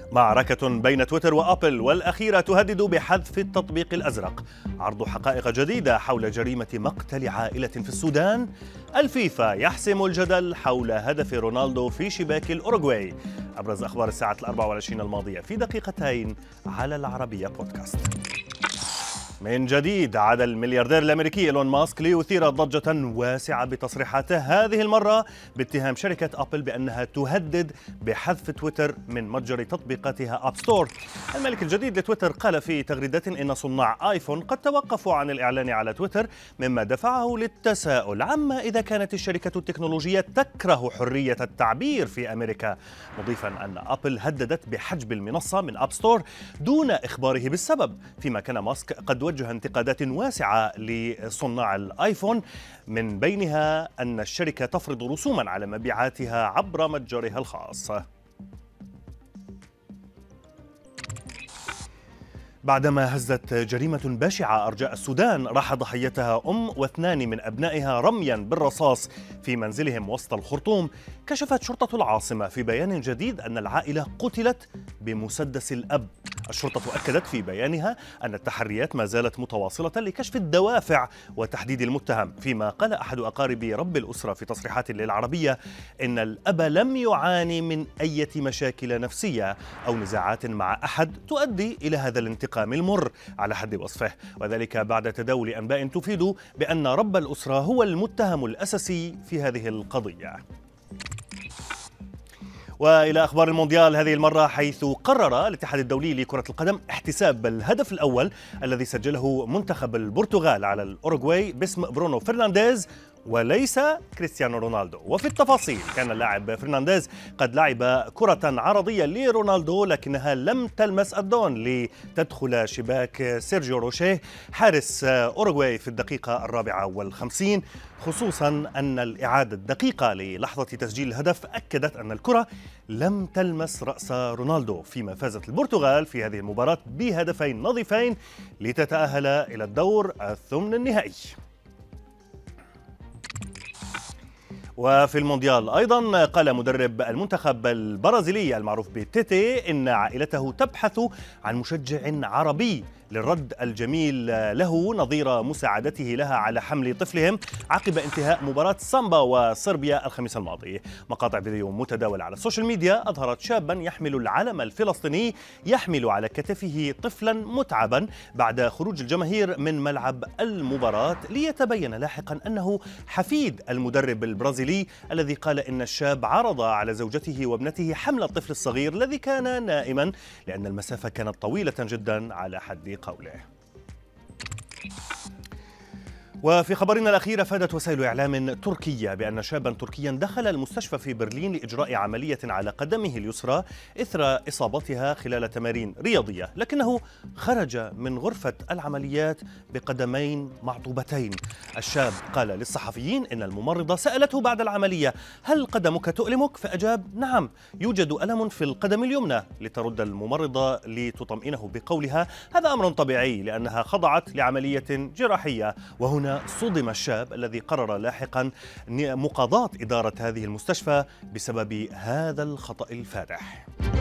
معركة بين تويتر وأبل والأخيرة تهدد بحذف التطبيق الأزرق. عرض حقائق جديدة حول جريمة مقتل عائلة في السودان. الفيفا يحسم الجدل حول هدف رونالدو في شباك الأوروغواي. أبرز أخبار الساعة 24 الماضية في دقيقتين على العربية بودكاست. من جديد عاد الملياردير الأمريكي إيلون ماسك ليثير ضجة واسعة بتصريحاته، هذه المرة باتهام شركة أبل بأنها تهدد بحذف تويتر من متجر تطبيقاتها أب ستور. الملك الجديد لتويتر قال في تغريدة إن صناع آيفون قد توقفوا عن الإعلان على تويتر، مما دفعه للتساؤل عما إذا كانت الشركة التكنولوجية تكره حرية التعبير في أمريكا، مضيفا أن أبل هددت بحجب المنصة من أب ستور دون إخباره بالسبب، فيما كان ماسك قد وجه انتقادات واسعة لصناع الآيفون، من بينها أن الشركة تفرض رسوما على مبيعاتها عبر متجرها الخاص. بعدما هزت جريمة بشعة أرجاء السودان، راح ضحيتها واثنان من أبنائها رميا بالرصاص في منزلهم وسط الخرطوم. كشفت شرطة العاصمة في بيان جديد أن العائلة قتلت بمسدس الأب. الشرطة أكدت في بيانها أن التحريات ما زالت متواصلة لكشف الدوافع وتحديد المتهم، فيما قال أحد أقارب رب الأسرة في تصريحات للعربية إن الأب لم يعاني من أي مشاكل نفسية أو نزاعات مع أحد تؤدي إلى هذا الانتقام المر على حد وصفه، وذلك بعد تداول أنباء تفيد بأن رب الأسرة هو المتهم الأساسي في هذه القضية. وإلى أخبار المونديال هذه المرة، حيث قرر الاتحاد الدولي لكرة القدم احتساب الهدف الأول الذي سجله منتخب البرتغال على الأوروغواي باسم برونو فرنانديز وليس كريستيانو رونالدو. وفي التفاصيل، كان اللاعب فرنانديز قد لعب كرة عرضية لرونالدو لكنها لم تلمس الدون لتدخل شباك سيرجيو روشيه حارس أوروغواي في الدقيقة 54، خصوصا أن الإعادة الدقيقة للحظة تسجيل الهدف أكدت أن الكرة لم تلمس رأس رونالدو، فيما فازت البرتغال في هذه المباراة بهدفين نظيفين لتتأهل إلى الدور الثمن النهائي. وفي المونديال أيضا، قال مدرب المنتخب البرازيلي المعروف بتيتي إن عائلته تبحث عن مشجع عربي للرد الجميل له نظير مساعدته لها على حمل طفلهم عقب انتهاء مباراة سامبا وصربيا الخميس الماضي. مقاطع فيديو متداولة على السوشيال ميديا أظهرت شابا يحمل العلم الفلسطيني يحمل على كتفه طفلا متعبا بعد خروج الجماهير من ملعب المباراة، ليتبين لاحقا أنه حفيد المدرب البرازيلي الذي قال إن الشاب عرض على زوجته وابنته حمل الطفل الصغير الذي كان نائما لأن المسافة كانت طويلة جدا على حد قوله. وفي خبرنا الأخير، أفادت وسائل إعلام تركية بأن شابا تركيا دخل المستشفى في برلين لإجراء عملية على قدمه اليسرى إثر إصابتها خلال تمارين رياضية، لكنه خرج من غرفة العمليات بقدمين معطوبتين. الشاب قال للصحفيين إن الممرضة سألته بعد العملية: هل قدمك تؤلمك؟ فأجاب: نعم، يوجد ألم في القدم اليمنى. لترد الممرضة لتطمئنه بقولها: هذا أمر طبيعي لأنها خضعت لعملية جراحية. وهنا صدم الشاب الذي قرر لاحقا مقاضاة إدارة هذه المستشفى بسبب هذا الخطأ الفادح.